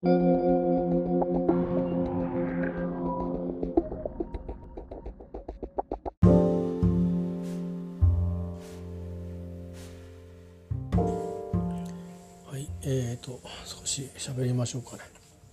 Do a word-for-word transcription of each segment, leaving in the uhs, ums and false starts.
はい、えーと少し喋りましょうかね。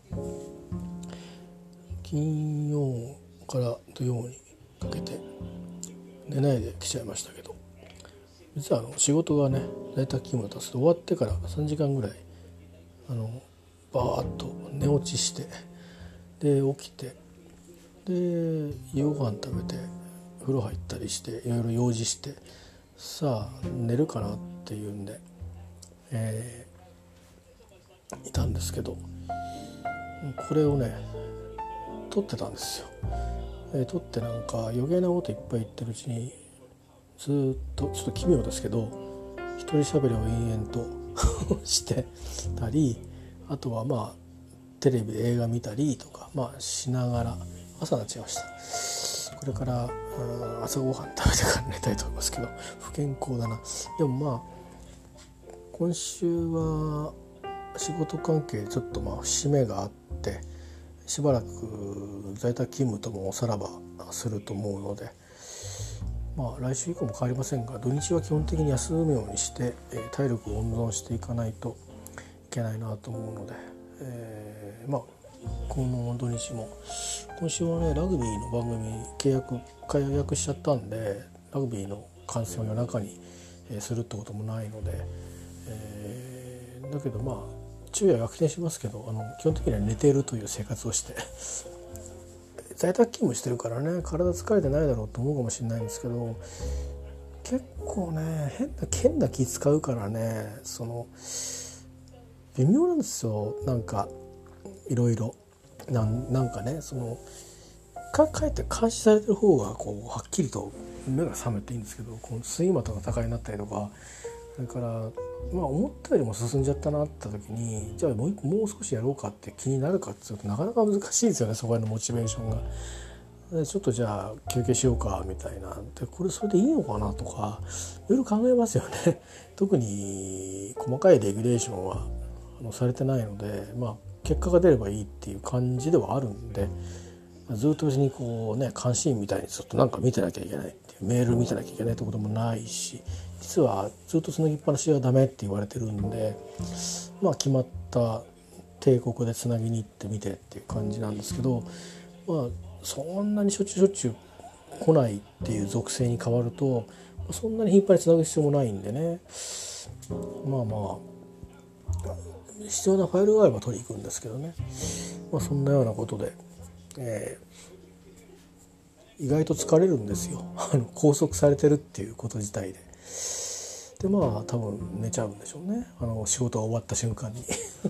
金曜から土曜にかけて寝ないで来ちゃいましたけど、実はあの仕事がね在宅勤務だと終わってからさんじかんぐらいあのバーッと寝落ちして、で起きて、で夕ご飯食べて風呂入ったりしていろいろ用事して、さあ寝るかなっていうんで、えーいたんですけど、これをね撮ってたんですよ。えー撮ってなんか余計なこといっぱい言ってるうちに、ずっとちょっと奇妙ですけど一人喋りを延々としてたり、あとはまあテレビで映画見たりとか、まあ、しながら朝になっちゃいました。これから朝ごはん食べてから寝たいと思いますけど、不健康だな。でもまあ今週は仕事関係ちょっとまあ節目があって、しばらく在宅勤務ともおさらばすると思うので、まあ来週以降も変わりませんが、土日は基本的に休むようにして体力を温存していかないといけないなと思うので、えー、まあこの土日も、今週はねラグビーの番組契約解約しちゃったんで、ラグビーの観戦を夜中にするってこともないので、えー、だけどまあ昼夜逆転しますけど、あの基本的には寝ているという生活をして在宅勤務してるからね、体疲れてないだろうと思うかもしれないんですけど、結構ね変な変な気使うからね、その微妙なんですよ。なんかいろいろなんなんかね、そのかかえって監視されてる方がこうはっきりと目が覚めていいんですけど、この睡魔とか高いになったりとか、それからまあ思ったよりも進んじゃったなって時に、じゃあもうもう少しやろうかって気になるかっていうとなかなか難しいですよね、そこへのモチベーションが。でちょっとじゃあ休憩しようかみたいな、でこれそれでいいのかなとかいろいろ考えますよね。特に細かいレギュレーションはあのされてないので、まあ結果が出ればいいっていう感じではあるんで、ずっとうちにこうね監視員みたいにずっとなんか見てなきゃいけないっていう、メール見てなきゃいけないってこともないし、実はずっとつなぎっぱなしはダメって言われてるんで、まあ決まった帝国でつなぎに行ってみてっていう感じなんですけど、まあそんなにしょっちゅうしょっちゅう来ないっていう属性に変わると、そんなに頻繁につなぐ必要もないんでね、まあまあ必要なファイルがあれば取りに行くんですけどね、まあ、そんなようなことで、えー、意外と疲れるんですよ。あの拘束されてるっていうこと自体で。でまあ多分寝ちゃうんでしょうね、あの仕事が終わった瞬間に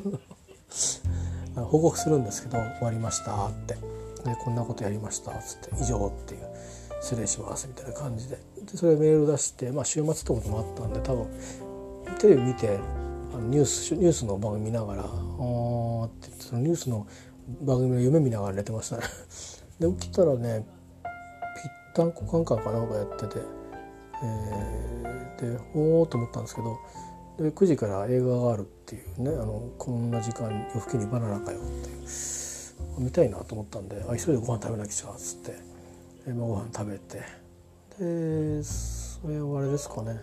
報告するんですけど、終わりましたって、でこんなことやりましたっつって以上っていう、失礼しますみたいな感じで、でそれメール出して、まあ週末ってこともあったんで多分テレビ見てあのニュースニュースの番組見ながら、あーってそのニュースの番組の夢見ながら寝てましたねで起きたらねぴったんこカンカンかなんかやってて、えー、でおーと思ったんですけど、でくじから映画があるっていうね、あのこんな時間夜更けにバナナかよっていう見たいなと思ったんで、あ急いでご飯食べなきゃっつって、えまあ、ご飯食べて、でそれはあれですかね、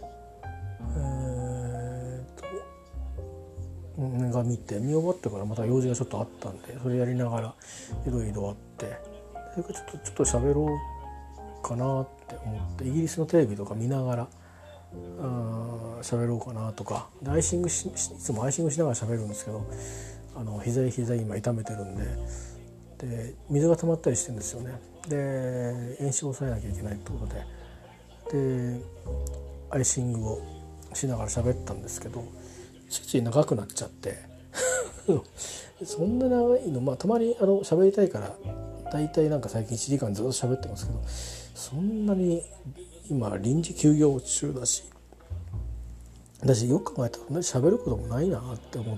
えー、とが見て見終わってからまた用事がちょっとあったんで、それやりながらいろいろあって、それからちょっとちょっと喋ろうかなって思って、イギリスのテレビとか見ながら喋ろうかなとかで、アイシングしいつもアイシングしながら喋るんですけど、あの膝膝今痛めてるんで、で水が溜まったりしてるんですよね。で炎症を抑えなきゃいけないってことで、でアイシングをしながら喋ったんですけど、ついつい長くなっちゃってそんな長いの、まあたまにあの喋りたいからだいたいなんか最近いちじかんずっと喋ってますけど、そんなに今臨時休業中だし、私よく考えたら同じ喋ることもないなって思って、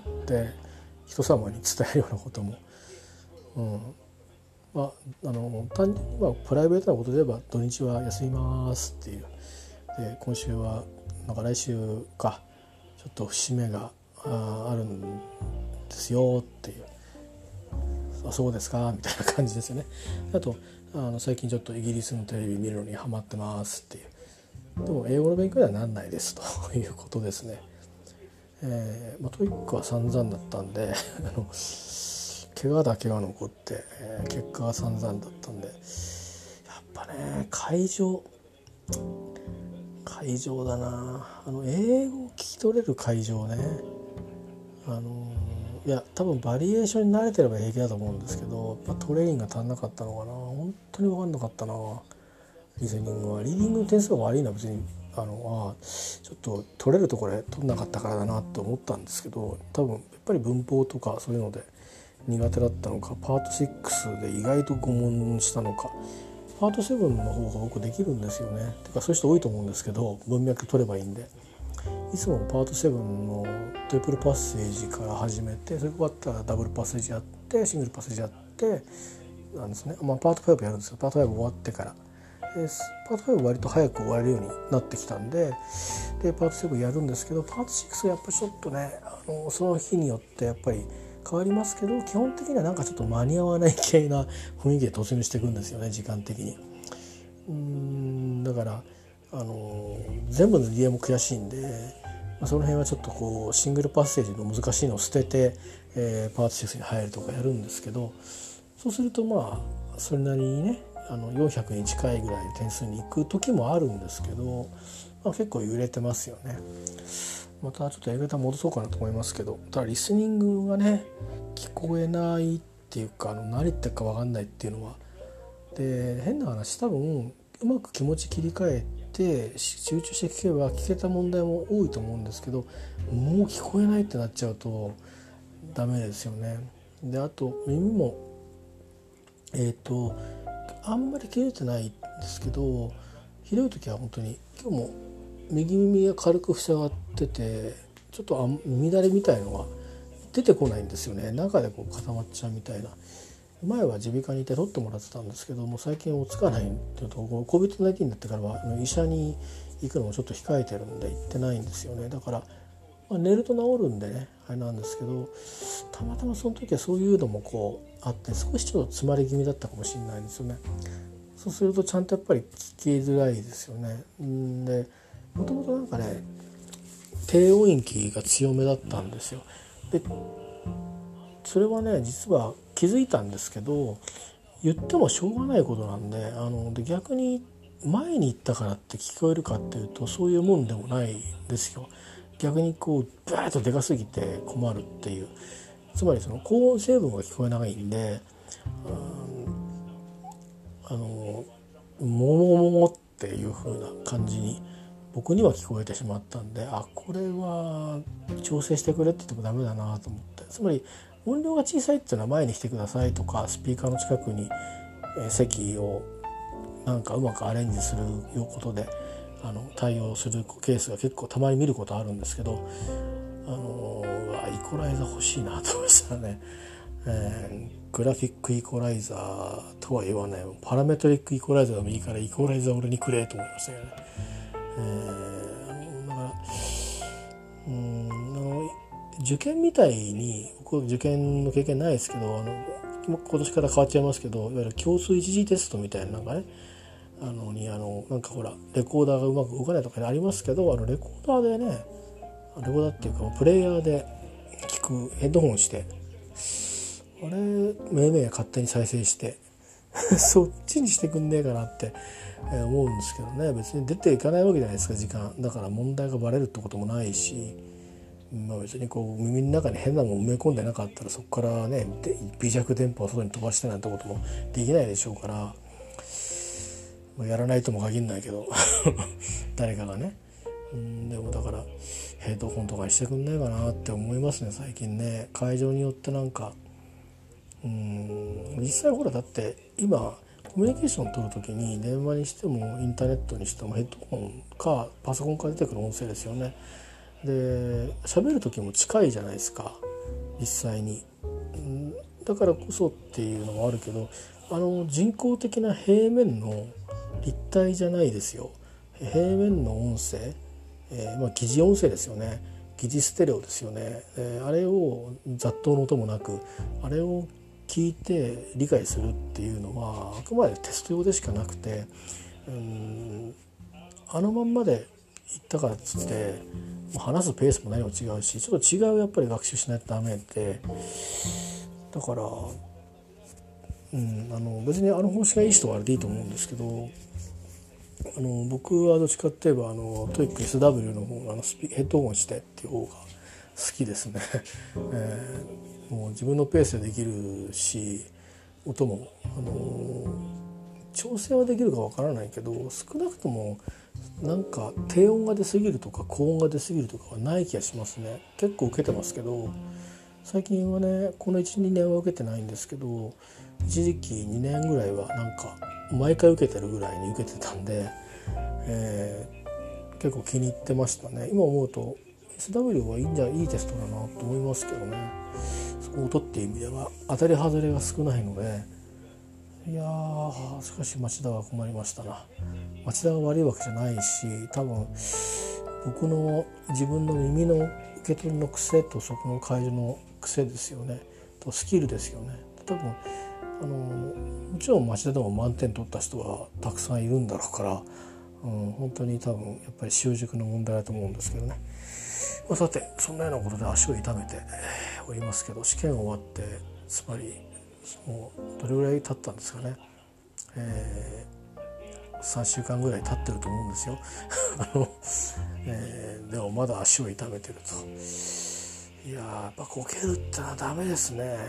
人様に伝えるようなことも、うんまあ、あの単純にまあプライベートなことで言えば土日は休みますっていう、で今週はなんか来週かちょっと節目があるんですよっていうあそうですかみたいな感じですよね。あとあの最近ちょっとイギリスのテレビ見るのにハマってますっていう。でも英語の勉強にはなんないですということですね。えーまあ、トイックは散々だったんであの怪我だけが残って、えー、結果が散々だったんで、やっぱね会場会場だな。あの英語を聞き取れる会場ね。あのいや多分バリエーションに慣れてれば平気だと思うんですけど、やっぱトレーニングが足んなかったのかな。本当に分かんなかったな。リスニングはリーディングの点数が悪いのは別にあのあちょっと取れるところで取んなかったからだなと思ったんですけど、多分やっぱり文法とかそういうので苦手だったのか、パートシックスで意外とご問したのか、パートセブンの方が僕できるんですよね。てかそういう人多いと思うんですけど、文脈取ればいいんで、いつもパートセブンのトリプルパッセージから始めて、それ終わったらダブルパッセージやってシングルパッセージやってなんですね。まあパートファイブやるんですよ。パートファイブ終わってから。でパートファイブ割と早く終われるようになってきたんで、でパートセブンやるんですけど、パートシックスはやっぱりちょっとね、あのその日によってやっぱり変わりますけど、基本的にはなんかちょっと間に合わない系な雰囲気で突入していくんですよね、時間的に。うーんだからあの全部の理由も悔しいんで、まあ、その辺はちょっとこうシングルパッセージの難しいのを捨てて、えー、パートシックスに入るとかやるんですけど、そうするとまあそれなりにね、あのよんひゃくに近いぐらい点数に行く時もあるんですけど、まあ、結構揺れてますよね。またちょっとやり方戻そうかなと思いますけど、ただリスニングがね聞こえないっていうか、あの何言ってるか分かんないっていうのはで、変な話多分うまく気持ち切り替えて集中して聞けば聞けた問題も多いと思うんですけど、もう聞こえないってなっちゃうとダメですよね。であと耳もえっとあんまり切れてないんですけど、ひどい時は本当に今日も右耳が軽く塞がってて、ちょっとあ耳だれみたいのが出てこないんですよね。中でこう固まっちゃうみたいな。前は耳鼻科にいて取ってもらってたんですけども、最近追いつかないっていうと コービッドナインティーン になってからは医者に行くのもちょっと控えてるんで行ってないんですよね。だから、まあ、寝ると治るんでねあれなんですけど、たまたまその時はそういうのもこうあって少しちょっと詰まり気味だったかもしれないですよね。そうするとちゃんとやっぱり聞きづらいですよね。んでもともとなんかね低音域が強めだったんですよ。でそれはね実は気づいたんですけど、言ってもしょうがないことなんで、あので逆に前に行ったからって聞こえるかっていうとそういうもんでもないんですよ。逆にこうバーッとでかすぎて困るっていう、つまりその高音成分が聞こえないんで、あのももももっていう風な感じに僕には聞こえてしまったんで、あこれは調整してくれって言ってもダメだなと思って、つまり音量が小さいっていうのは前に来てくださいとか、スピーカーの近くに席をなんかうまくアレンジすることであの対応するケースが結構たまに見ることあるんですけど、あのイコライザー欲しいなと思いましたね。えー、グラフィックイコライザーとは言わない、パラメトリックイコライザーでもいいからイコライザー俺にくれと思いましたけどね。えー、だからうんあの受験みたいに、僕受験の経験ないですけど、あの今年から変わっちゃいますけど、いわゆる共通一次テストみたいななんかね、あのにあのなんかほらレコーダーがうまく動かないとかありますけど、あのレコーダーでね、レコーダーっていうかプレイヤーで聞くヘッドホンしてあれめいめい勝手に再生してそっちにしてくんねえかなって思うんですけどね。別に出ていかないわけじゃないですか、時間だから問題がバレるってこともないし、まあ、別にこう耳の中に変なもん埋め込んでなかったらそこからね微弱電波を外に飛ばしてなんてこともできないでしょうから、まあ、やらないとも限らないけど誰かがね、うんでもだからヘッドホンとかにしてくんないかなって思いますね最近ね。会場によってなんかうん実際ほらだって今コミュニケーション取るときに電話にしてもインターネットにしてもヘッドホンかパソコンから出てくる音声ですよね。で喋る時も近いじゃないですか実際に。だからこそっていうのもあるけど、あの人工的な平面の立体じゃないですよ。平面の音声、えーまあ、疑似音声ですよね。疑似ステレオですよね。えー、あれを雑踏の音もなくあれを聞聞いて理解するっていうのはあくまでテスト用でしかなくて、うーんあのまんまで言ったからっつって話すペースも何も違うし、ちょっと違うやっぱり学習しないとダメで、だから、うん、あの別にあの方式がいい人はあれでいいと思うんですけど、あの僕はどっちかっていえばあのトイック エスダブリュー の方のあのスピヘッドホンしてっていう方が好きですね、えー、もう自分のペースでできるし、音も、あの調整はできるかわからないけど、少なくともなんか低音が出過ぎるとか高音が出過ぎるとかはない気がしますね。結構受けてますけど、最近はねこの いち,に 年は受けてないんですけど、一時期にねんぐらいはなんか毎回受けてるぐらいに受けてたんで、えー、結構気に入ってましたね。今思うと エスダブリュー はいいんじゃいいテストだなと思いますけどね。そこを取っていう意味では当たり外れが少ないので、いやーしかし町田は困りましたな。町田が悪いわけじゃないし、多分僕の自分の耳の受け取りの癖とそこの会場の癖ですよね、とスキルですよね。多分あのもちろん町田でも満点取った人はたくさんいるんだろうから、うん、本当に多分やっぱり習熟の問題だと思うんですけどね。まあ、さてそんなようなことで足を痛めておりますけど、試験終わってつまりもうどれぐらい経ったんですかね、えー、さんしゅうかんぐらい経ってると思うんですよあの、えー、でもまだ足を痛めてると。いややっぱこけるってのはダメですね。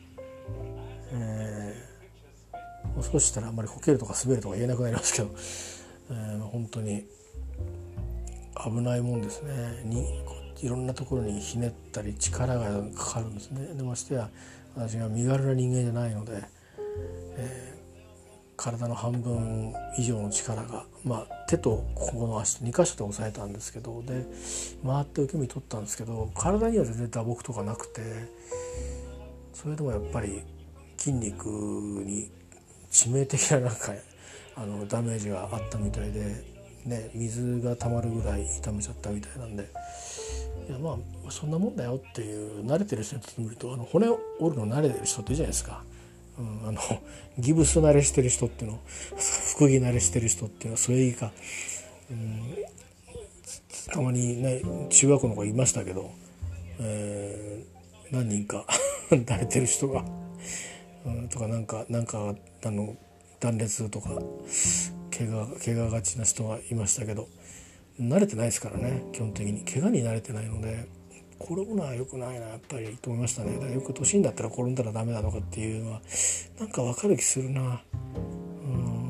えー、もう少ししたらあんまりこけるとか滑るとか言えなくなりますけど、えー、本当に危ないもんですね。にいろんなところにひねったり力がかかるんですね。でましてや私が身軽な人間じゃないので、えー、体の半分以上の力が、まあ、手とここの足にかしょで押さえたんですけど、で回って受け身取ったんですけど、体には全然打撲とかなくて、それでもやっぱり筋肉に致命的ななんかあのダメージがあったみたいで、ね、水が溜まるぐらい痛めちゃったみたいなんで、いやまあそんなもんだよっていう、慣れてる人にとってみると、あの骨を折るの慣れてる人っているじゃないですか、うん、あのギブス慣れしてる人っていうの、複技慣れしてる人っていうのはそれいいか、うん、たまにね中学校の子いましたけど、えー、何人か慣れてる人が、うん、とかなんかなんかあの断裂とか怪我怪我がちな人がいましたけど、慣れてないですからね、基本的に怪我に慣れてないので、転ぶのは良くないなやっぱりと思いましたね。だからよく年になったら転んだらダメなのかっていうのはなんか分かる気するな。うん、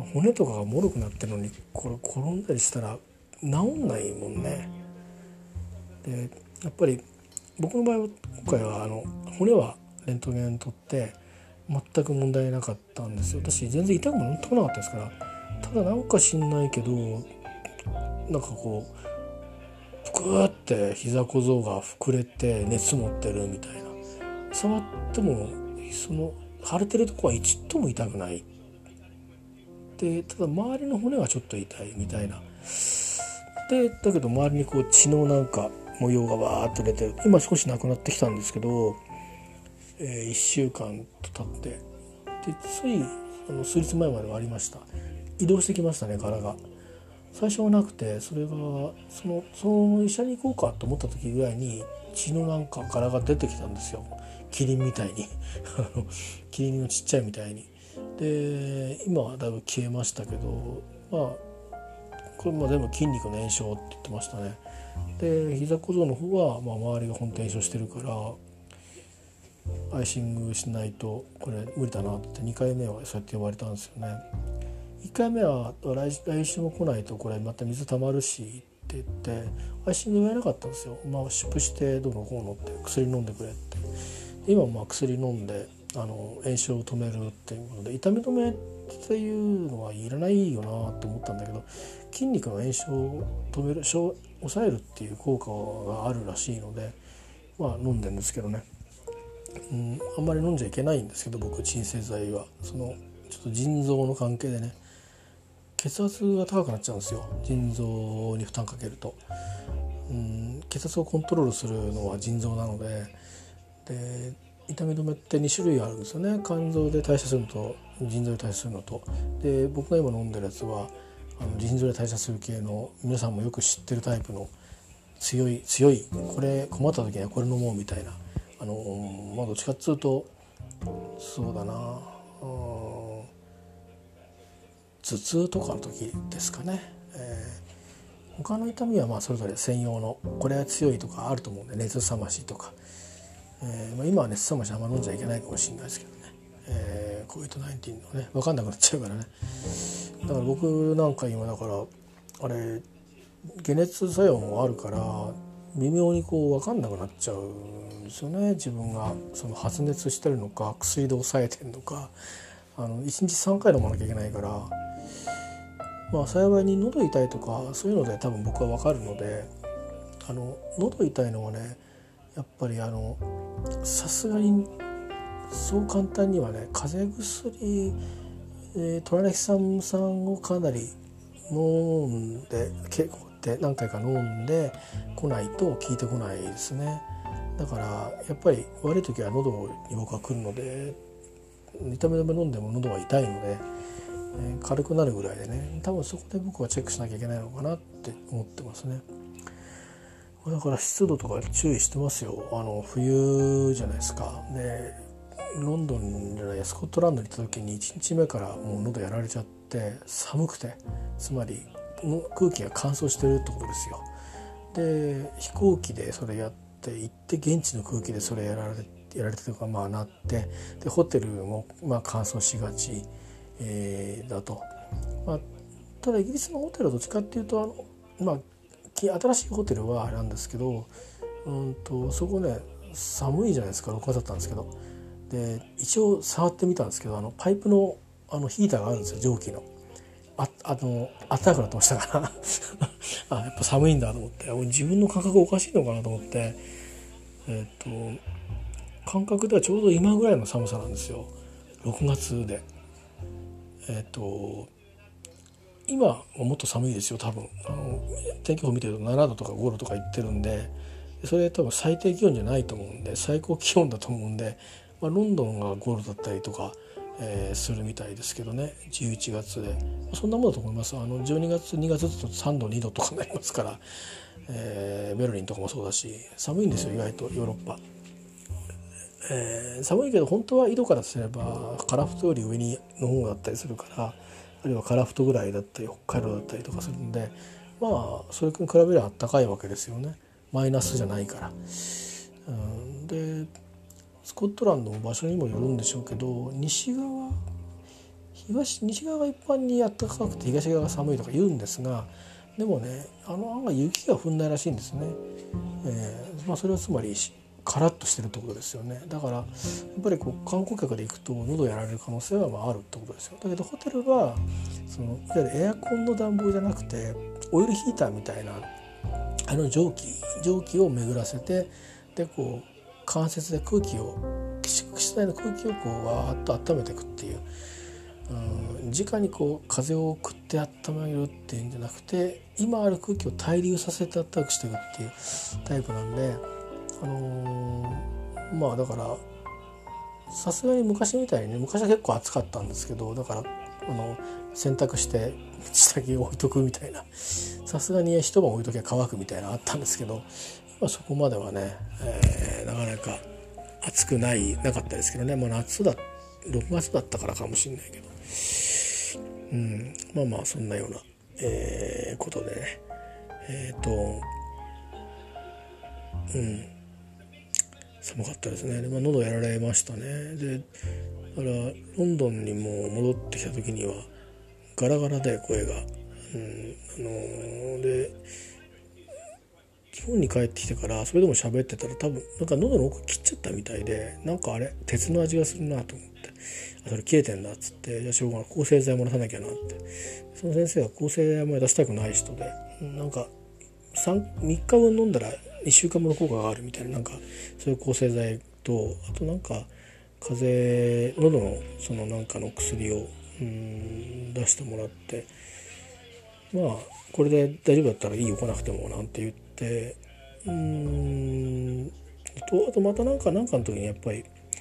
骨とかがもろくなってるのにこれ転んだりしたら治んないもんね。でやっぱり僕の場合は今回はあの骨はレントゲン取って全く問題なかったんですよ。私全然痛くもなんともなかったですから。ただなんか知んないけどなんかこうぷくーって膝小僧が膨れて熱持ってるみたいな、触ってもその腫れてるとこは一とも痛くないで、ただ周りの骨がちょっと痛いみたいなで、だけど周りにこう血のなんか模様がわーっと出てる。今少しなくなってきたんですけど、えー、いっしゅうかんと経ってでついあの数日前まではありました。移動してきましたね、柄が。最初はなくて、それがそのその医者に行こうかと思った時ぐらいに血のなんか柄が出てきたんですよ、キリンみたいにキリンのちっちゃいみたいに。で今はだいぶ消えましたけど、まあこれも全部筋肉の炎症って言ってましたね。で膝小僧の方は、まあ、周りが本当炎症してるからアイシングしないとこれ無理だなってにかいめはそうやって呼ばれたんですよね。いっかいめは来, 来週も来ないとこれまた水たまるしって言ってアイシング言わなかったんですよ。まあ湿布してどうのこうのって薬飲んでくれって。今まあ薬飲んであの炎症を止めるっていうことで、痛み止めっていうのはいらないよなと思ったんだけど、筋肉の炎症を止める抑えるっていう効果があるらしいので、まあ飲んでるんですけどね、うん、あんまり飲んじゃいけないんですけど僕鎮静剤はそのちょっと腎臓の関係でね、血圧が高くなっちゃうんですよ、腎臓に負担かけると。うん、血圧をコントロールするのは腎臓なので、で痛み止めってに種類あるんですよね。肝臓で代謝するのと腎臓で代謝するのと。で僕が今飲んでるやつはあの腎臓で代謝する系の皆さんもよく知ってるタイプの強い強いこれ困った時にはこれ飲もうみたいな、あのまあどっちかっつうとそうだな、頭痛とかの時ですかね、えー、他の痛みはまあそれぞれ専用のこれは強いとかあると思うんで、熱冷ましとか、えーまあ、今は熱冷ましあんま飲んじゃいけないかもしれないですけどね、えー、コビッドナインティーン のね分かんなくなっちゃうからね。だから僕なんか今だからあれ解熱作用もあるから微妙にこう分かんなくなっちゃうんですよね。自分がその発熱してるのか薬で抑えてるのか、あのいちにちさんかい飲まなきゃいけないから、まあ幸いに喉痛いとかそういうので多分僕は分かるので、あの喉痛いのはねやっぱりあのさすがにそう簡単にはね風邪薬、えー、トラネキサム酸をかなり飲んで結構って何回か飲んでこないと効いてこないですね。だからやっぱり悪い時は喉に僕は来るので、痛み止め飲んでも喉が痛いので、えー、軽くなるぐらいでね、多分そこで僕はチェックしなきゃいけないのかなって思ってますね。だから湿度とか注意してますよ。あの冬じゃないですか。でロンドンじゃないスコットランドに行った時にいちにちめからもう喉やられちゃって寒くて、つまり空気が乾燥してるってことですよ。で飛行機でそれやって行って現地の空気でそれやられてやられてとかまあなって、でホテルもまあ乾燥しがち、えー、だと、まあ、ただイギリスのホテルはどっちかっていうとあのまあ新しいホテルはあれなんですけど、うんとそこね寒いじゃないですか。ろくがつだったんですけど、で一応触ってみたんですけど、あのパイプのあのヒーターがあるんですよ、蒸気の。ああの暖かくなってましたからあやっぱ寒いんだと思って、自分の感覚おかしいのかなと思って、えっと感覚ではちょうど今ぐらいの寒さなんですよ、ろくがつで。えっと今はもっと寒いですよ多分。あの天気予報見てるとななどとかごどとか言ってるんで、それ多分最低気温じゃないと思うんで最高気温だと思うんで、まあ、ロンドンがごどだったりとか、えー、するみたいですけどね、じゅういちがつでそんなものだと思います。あのじゅうにがつにがつだとさんどにどとかになりますから、えー、ベルリンとかもそうだし寒いんですよ意外とヨーロッパ。えー、寒いけど本当は緯度からすればカラフトより上にの方だったりするから、あるいはカラフトぐらいだったり北海道だったりとかするんで、まあそれに比べればあったかいわけですよね。マイナスじゃないから。うん、でスコットランドも場所にもよるんでしょうけど、西側東西側が一般に暖かくて東側が寒いとか言うんですが、でもねあの案外雪が降んないらしいんですね。えーまあ、それはつまりカラッとしてるってことですよね。だからやっぱりこう観光客で行くと喉やられる可能性はまああるってことですよ。だけどホテルはそのいわゆるエアコンの暖房じゃなくてオイルヒーターみたいなあの蒸気蒸気を巡らせて、でこう間接で空気を室内の空気をこうわーっと温めていくっていう、うん、直にこう風を送って温めるっていうんじゃなくて、今ある空気を対流させて暖かくしていくっていうタイプなんで、あのー、まあだからさすがに昔みたいにね、昔は結構暑かったんですけど、だからあの洗濯して下着を置いとくみたいな、さすがに一晩置いときゃ乾くみたいなのあったんですけど、今そこまではね、えー、なかなか暑くないなかったですけどね。まあ、夏だろくがつだったからかもしれないけど、うん、まあまあそんなような、えー、ことでね、えっとうん寒かったですね。で、まあ、喉やられましたね。でだからロンドンにも戻ってきた時にはガラガラで声が、うん、あのー、で日本に帰ってきてからそれでも喋ってたら多分なんか喉の奥切っちゃったみたいで、なんかあれ鉄の味がするなと思って、あそれ切れてんだっつって、じゃあしょうがない抗生剤も出さなきゃなって、その先生は抗生剤も出したくない人で、なんかみっかぶん飲んだらいっしゅうかんもの効果があるみたいな、なんかそういう抗生剤と、あとなんか風邪喉のそのなんかの薬をうん出してもらって、まあこれで大丈夫だったらいいよ来なくてもなんて言って、うーんとあとまたなんかなんかの時にやっぱり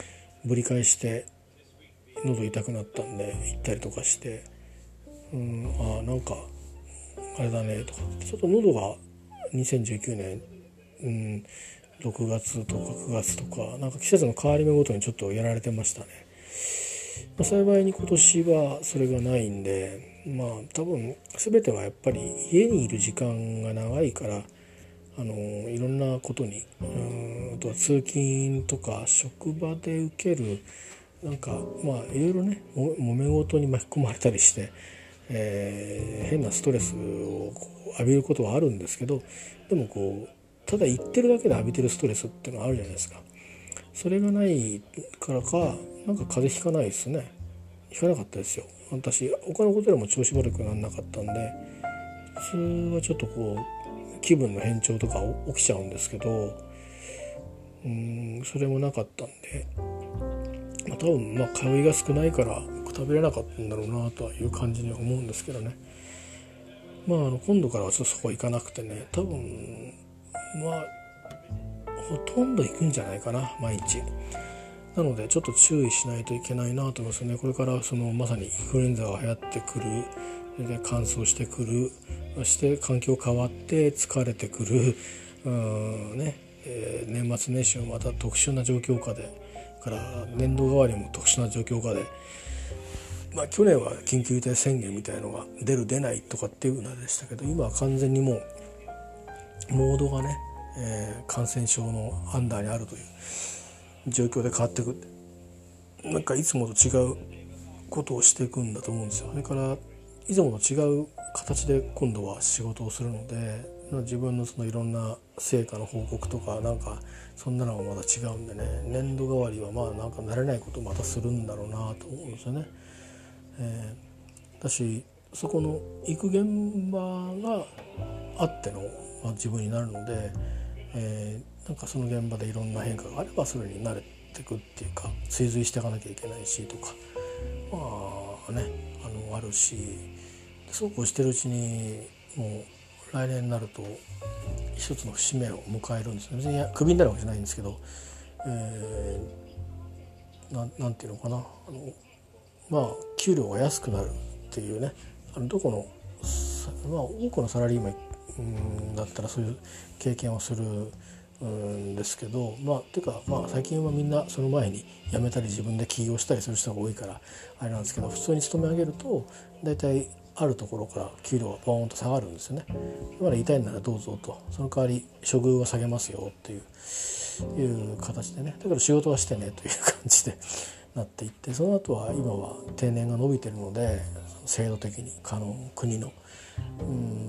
ぶり返して喉痛くなったんで行ったりとかして、うん、あなんかあれだねとか、ちょっと喉がにせんじゅうきゅうねん、うん、ろくがつとかくがつとかなんか季節の変わり目ごとにちょっとやられてましたね。まあ、幸いに今年はそれがないんで、まあ多分全てはやっぱり家にいる時間が長いから、あのいろんなことに、うんあとは通勤とか職場で受けるなんかまあいろいろね揉め事に巻き込まれたりして、えー、変なストレスを浴びることはあるんですけど、でもこうただ言ってるだけで浴びてるストレスっていうのはあるじゃないですか。それがないからかなんか風邪ひかないですね。ひかなかったですよ。私他のことでも調子悪くならなかったんで、普通はちょっとこう気分の変調とか起きちゃうんですけど、うーんそれもなかったんで、まあ、多分まあ香りが少ないから食べれなかったんだろうなという感じには思うんですけどね。まあ、あの今度からはちょっとそこ行かなくてね、多分まあほとんど行くんじゃないかな毎日。なのでちょっと注意しないといけないなと思いますね。これからそのまさにインフルエンザが流行ってくる、で乾燥してくる、そして環境変わって疲れてくる、うんね、えー、年末年始もまた特殊な状況下で、から年度替わりも特殊な状況下で、まあ去年は緊急事態宣言みたいのが出る出ないとかっていうのでしたけど、今は完全にもうモードがね、えー、感染症のアンダーにあるという状況で変わっていく。なんかいつもと違うことをしていくんだと思うんですよ。それからいつもと違う形で今度は仕事をするので、自分のそのいろんな成果の報告とかなんかそんなのがまだ違うんでね、年度替わりはまあなんか慣れないことをまたするんだろうなと思うんですよね。えー、私そこの行く現場があっての、まあ、自分になるので、えー、なんかその現場でいろんな変化があればそれに慣れていくっていうか、追随していかなきゃいけないしとか、まあね、あのあるし、そうこうしてるうちにもう来年になると一つの節目を迎えるんですね。別にクビになるわけじゃないんですけど、えー、な, なんていうのかな、あのまあ給料が安くなるっていうね、あのどこの、まあ、多くのサラリーマンだったらそういう経験をするんですけど、まあていうかまあ最近はみんなその前に辞めたり自分で起業したりする人が多いからあれなんですけど、普通に勤め上げると大体あるところから給料がボーンと下がるんですよね。まだ言いたいならどうぞと、その代わり処遇は下げますよっていういう形でね、だから仕事はしてねという感じでなっていって、その後は今は定年が伸びてるので制度的に可能国の、うん、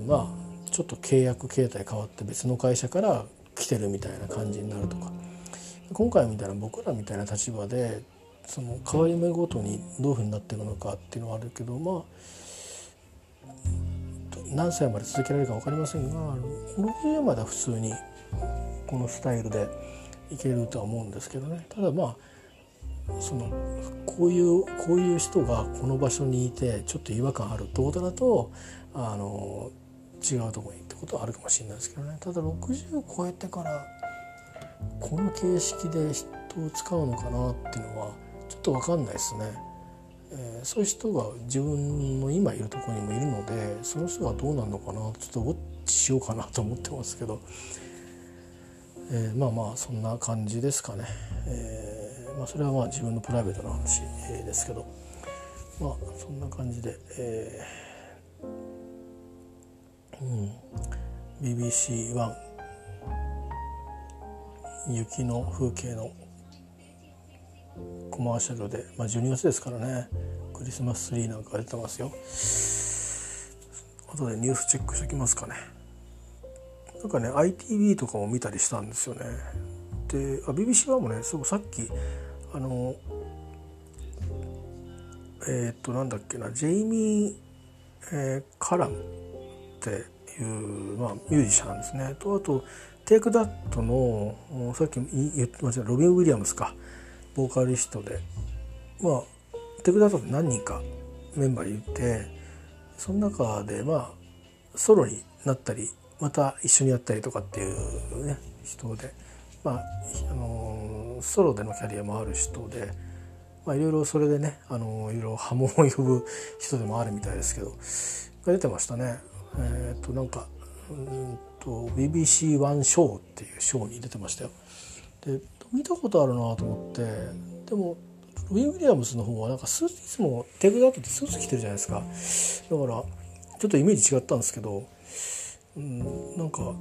まあちょっと契約形態変わって別の会社から来てるみたいな感じになるとか、今回みたいな僕らみたいな立場でその変わり目ごとにどういうふうになっていくのかっていうのはあるけど、まあ何歳まで続けられるか分かりませんが、ろくじゅうまでは普通にこのスタイルでいけるとは思うんですけどね。ただまあそのこういうこういう人がこの場所にいてちょっと違和感あるってことだと、あの違うところに行ってことはあるかもしれないですけどね。ただろくじゅう超えてからこの形式で人を使うのかなっていうのはちょっと分かんないですね。えー、そういう人が自分の今いるところにもいるので、その人がどうなるのかな、ちょっとウォッチしようかなと思ってますけど、えー、まあまあそんな感じですかね。えーまあ、それはまあ自分のプライベートな話ですけど、まあそんな感じで、えーうん、ビービーシーワン 雪の風景のコマーシャルで、まあ、じゅうにがつですからね、クリスマスツリーなんか出てますよ。後でニュースチェックしておきますかね。なんかね アイティービー とかも見たりしたんですよね。で ビービーシーワン もね、そうさっきあのえっ、ー、となんだっけな、ジェイミー、えー、カラムっていう、まあ、ミュージシャンですね。とあとテイクダットのさっき言ってましたロビン・ウィリアムスか、ボーカリストで、まあテイクダットって何人かメンバーいて、その中でまあソロになったりまた一緒にやったりとかっていうね人で、まああのソロでのキャリアもある人で、まあ、いろいろそれでねあのいろいろ波紋を呼ぶ人でもあるみたいですけどが出てましたね。えっとなんかうんと ビービーシーワン ショーっていうショーに出てましたよ。で見たことあるなと思って、でもロビン・ウィリアムズの方はなんかスーツいつもテイクダウトってスーツ着てるじゃないですか。だからちょっとイメージ違ったんですけど、うん、なんか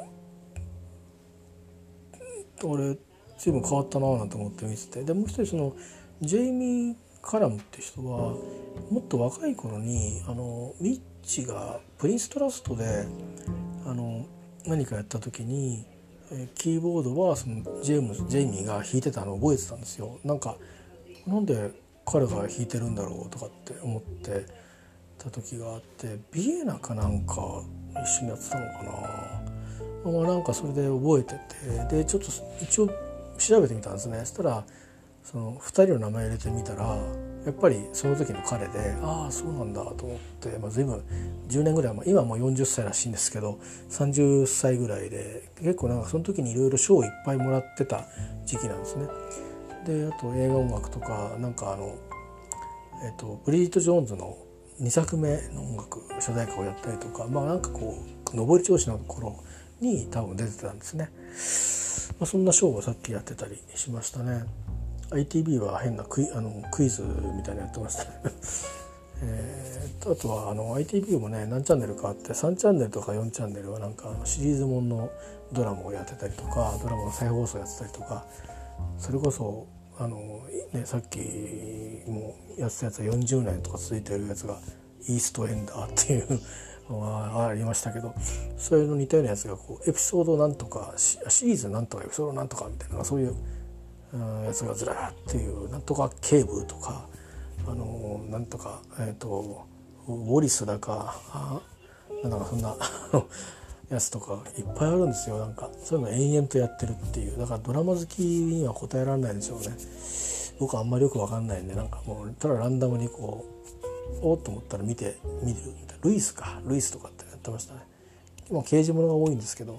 あれ随分変わったなぁなんて思って見てて、でもう一人そのジェイミー・カラムって人はもっと若い頃にあのミッチがプリンストラストであの何かやった時にキーボードはそのジェームズジェイミーが弾いてたのを覚えてたんですよ。なんかなんで彼が弾いてるんだろうとかって思ってた時があって、ビエナかなんか一緒にやってたのかな、まあ、なんかそれで覚えてて、でちょっと一応調べてみたんですね。そしたらそのふたりの名前入れてみたらやっぱりその時の彼で、ああそうなんだと思って、まあ、随分じゅうねんぐらい前、今はもうよんじゅっさいらしいんですけどさんじゅっさいぐらいで、結構なんかその時にいろいろ賞をいっぱいもらってた時期なんですね。であと映画音楽とかなんかあの、えっと、ブリジット・ジョーンズのにさくめの音楽主題歌をやったりとか、まあなんかこう上り調子の頃に多分出てたんですね。まあ、そんなショーをさっきやってたりしましたね。 アイティービー は変なクイ、あのクイズみたいなのやってましたねえー、あとはあの アイティービー もね何チャンネルかあって、さんチャンネルとかよんチャンネルはなんかシリーズもんのドラマをやってたりとか、ドラマの再放送やってたりとか、それこそあの、ね、さっきもやってたやつはよんじゅうねんとか続いてるやつがイーストエンダーっていうのがありましたけど、そういうの似たようなやつがこうエピソードなんとかシリーズなんとかエピソードなんとかみたいな、そういうやつがずらーっていう、なんとか警部とかあのなんとか、えー、とウォリスだかあなんだかそんなやつとかいっぱいあるんですよ。なんかそういうの延々とやってるっていう、だからドラマ好きには答えられないでしょうね。僕はあんまりよく分かんないんで、なんかもうただランダムにこうおっと思ったら見て見るみたいな。ルイスかルイスとかってやってましたね。今刑事物が多いんですけど、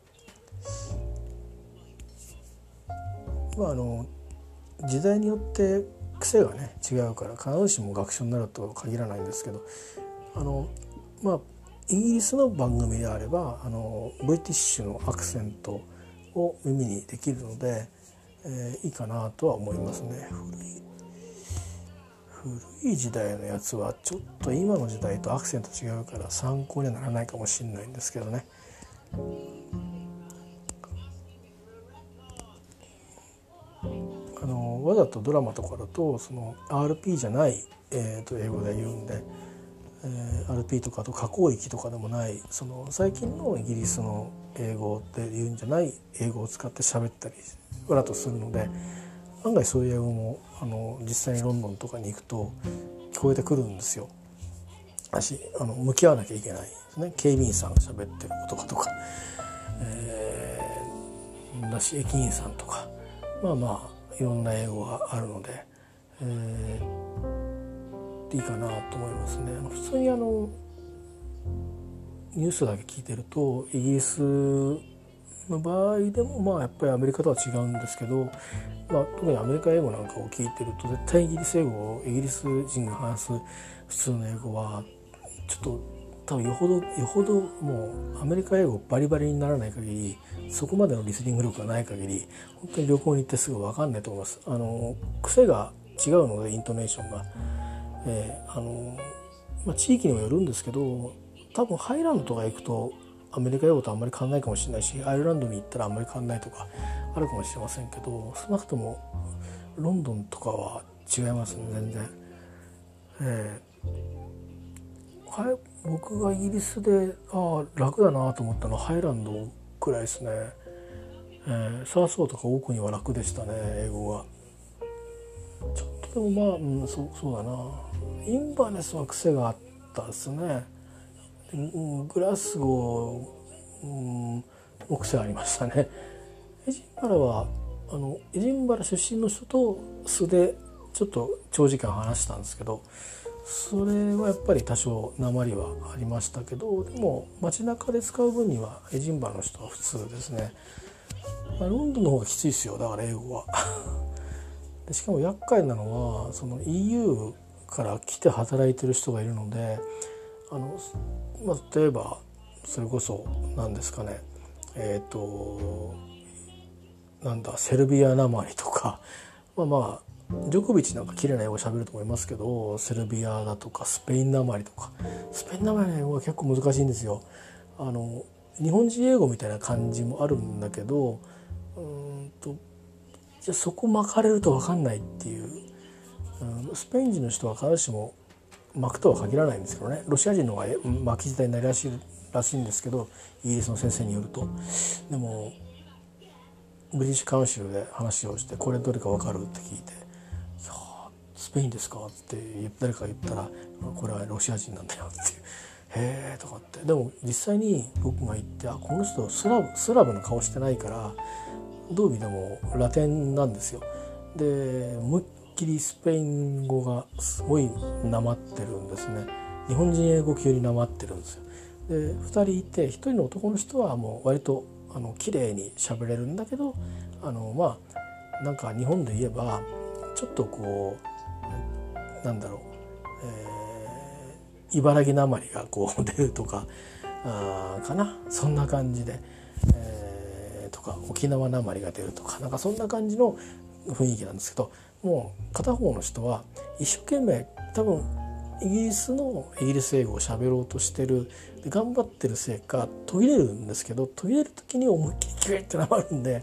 まああの時代によって癖がね違うから必ずしも学習になるとは限らないんですけど、あのまあイギリスの番組であればあのブリティッシュのアクセントを耳にできるので、えー、いいかなとは思いますね。古い古い時代のやつはちょっと今の時代とアクセント違うから参考にはならないかもしれないんですけどね。あのわざとドラマとかだとその アールピー じゃない、えー、と英語で言うんで、えー、アールピー とかと加工域とかでもないその最近のイギリスの英語で言うんじゃない英語を使って喋ったりわざとするので、案外そういう英語もあの実際にロンドンとかに行くと聞こえてくるんですよ。私あの向き合わなきゃいけないですね。警備員さんが喋ってる言葉とか、えー、だし駅員さんとかまあまあいろんな英語があるので、えー、いいかなと思いますね。普通にあのニュースだけ聞いてるとイギリスの場合でもまあやっぱりアメリカとは違うんですけど、まあ、特にアメリカ英語なんかを聞いてると絶対イギリス英語をイギリス人が話す普通の英語はちょっと多分よほどよほどもうアメリカ英語バリバリにならない限り、そこまでのリスニング力がない限り本当に旅行に行ってすぐ分かんないと思います。あの癖が違うのでイントネーションが、えーあのまあ、地域にもよるんですけど、多分ハイランドとか行くとアメリカ英語とあんまり変わんないかもしれないし、アイルランドに行ったらあんまり変わんないとかあるかもしれませんけど、少なくともロンドンとかは違いますね全然。えー、はい、僕がイギリスでああ楽だなと思ったのはハイランドくらいですね。えー、サーソーとかオークには楽でしたね英語が。ちょっとでもまあ、うん、そう、そうだな。インバーネスは癖があったですね。うん、グラスゴー、うん、も癖ありましたね。エジンバラはあのエジンバラ出身の人と素でちょっと長時間話したんですけど、それはやっぱり多少訛りはありましたけど、でも街中で使う分にはエジンバラの人は普通ですね。 まあ、ロンドンの方がきついですよ、だから英語はでしかも厄介なのはその イーユー から来て働いてる人がいるので、あの、まあ、例えばそれこそ何ですかね、えっとなんだセルビアなまりとか、まあまあジョコビッチなんか綺麗な英語喋ると思いますけど、セルビアだとかスペインなまりとか、スペインなまりの英語は結構難しいんですよ。あの日本人英語みたいな感じもあるんだけど、うーんとじゃあそこ巻かれると分かんないっていう、うん、スペイン人の人は必ずしも巻くとは限らないんですけどね、ロシア人の方が巻き自体になりらしいらしいんですけど、イギリスの先生によると。でもブリティッシュカウンシルで話をして、これどれか分かるって聞いて、いやスペインですかって誰かが言ったら、これはロシア人なんだよっていう、へえとかって。でも実際に僕が言って、あこの人スラブスラブの顔してないからどういう意味でもラテンなんですよ。で思いっきりスペイン語がすごいなまってるんですね。日本人英語級になまってるんですよ。でふたりいて、ひとりの男の人はもう割とあの綺麗に喋れるんだけど、あのまあなんか日本で言えばちょっとこうなんだろう、えー、茨城なまりがこう出るとかあかな、そんな感じで、えー、とか沖縄なまりが出るとか、なんかそんな感じの雰囲気なんですけど、もう片方の人は一生懸命多分イギリスのイギリス英語を喋ろうとしてる、で頑張ってるせいか途切れるんですけど、途切れる時に思いっきりキュッてなまるんで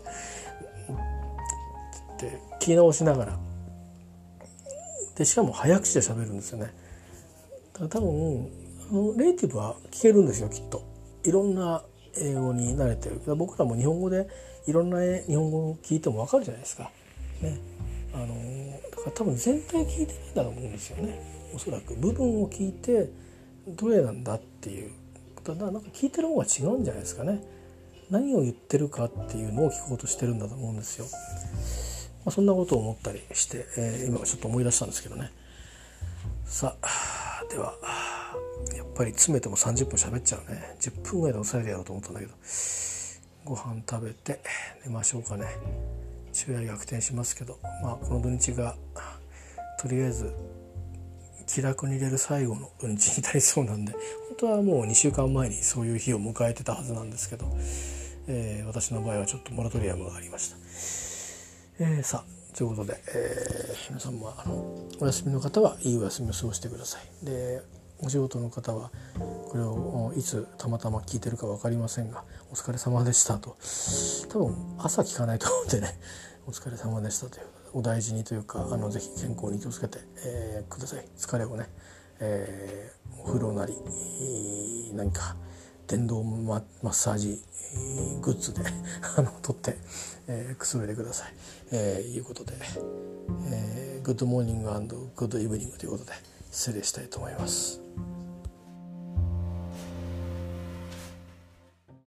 って聞き直しながら、でしかも早口で喋るんですよね。だから多分あのネイティブは聞けるんですよ、きっと。いろんな英語に慣れてる。僕らも日本語でいろんな日本語を聞いても分かるじゃないですかね。あのだから多分全体聞いてないんだと思うんですよね。おそらく部分を聞いてどれなんだっていう、だからなんか聞いてる方が違うんじゃないですかね。何を言ってるかっていうのを聞こうとしてるんだと思うんですよ。まあ、そんなことを思ったりして、えー、今ちょっと思い出したんですけどね。さあではやっぱり詰めてもさんじゅっぷん喋っちゃうね。じゅっぷんぐらいで抑えてやろうと思ったんだけど、ご飯食べて寝ましょうかね。昼夜逆転しますけど、まあこの土日がとりあえず気楽に入れる最後の土日になりそうなんで、本当はもうにしゅうかんまえにそういう日を迎えてたはずなんですけど、えー、私の場合はちょっとモラトリアムがありました。えー、さあということで、えー、皆さんもあのお休みの方はいいお休みを過ごしてください。でお仕事の方はこれをいつたまたま聞いてるか分かりませんが、お疲れ様でしたと、多分朝聞かないと思うんでね、お疲れ様でしたという、お大事にというか、あのぜひ健康に気をつけて、えー、ください。疲れをね、えー、お風呂なり何か電動マッサージグッズであの取って、えー、くつろいでください。えー、いうことで、えー、グッドモーニング&グッドイブニングということで失礼したいと思います。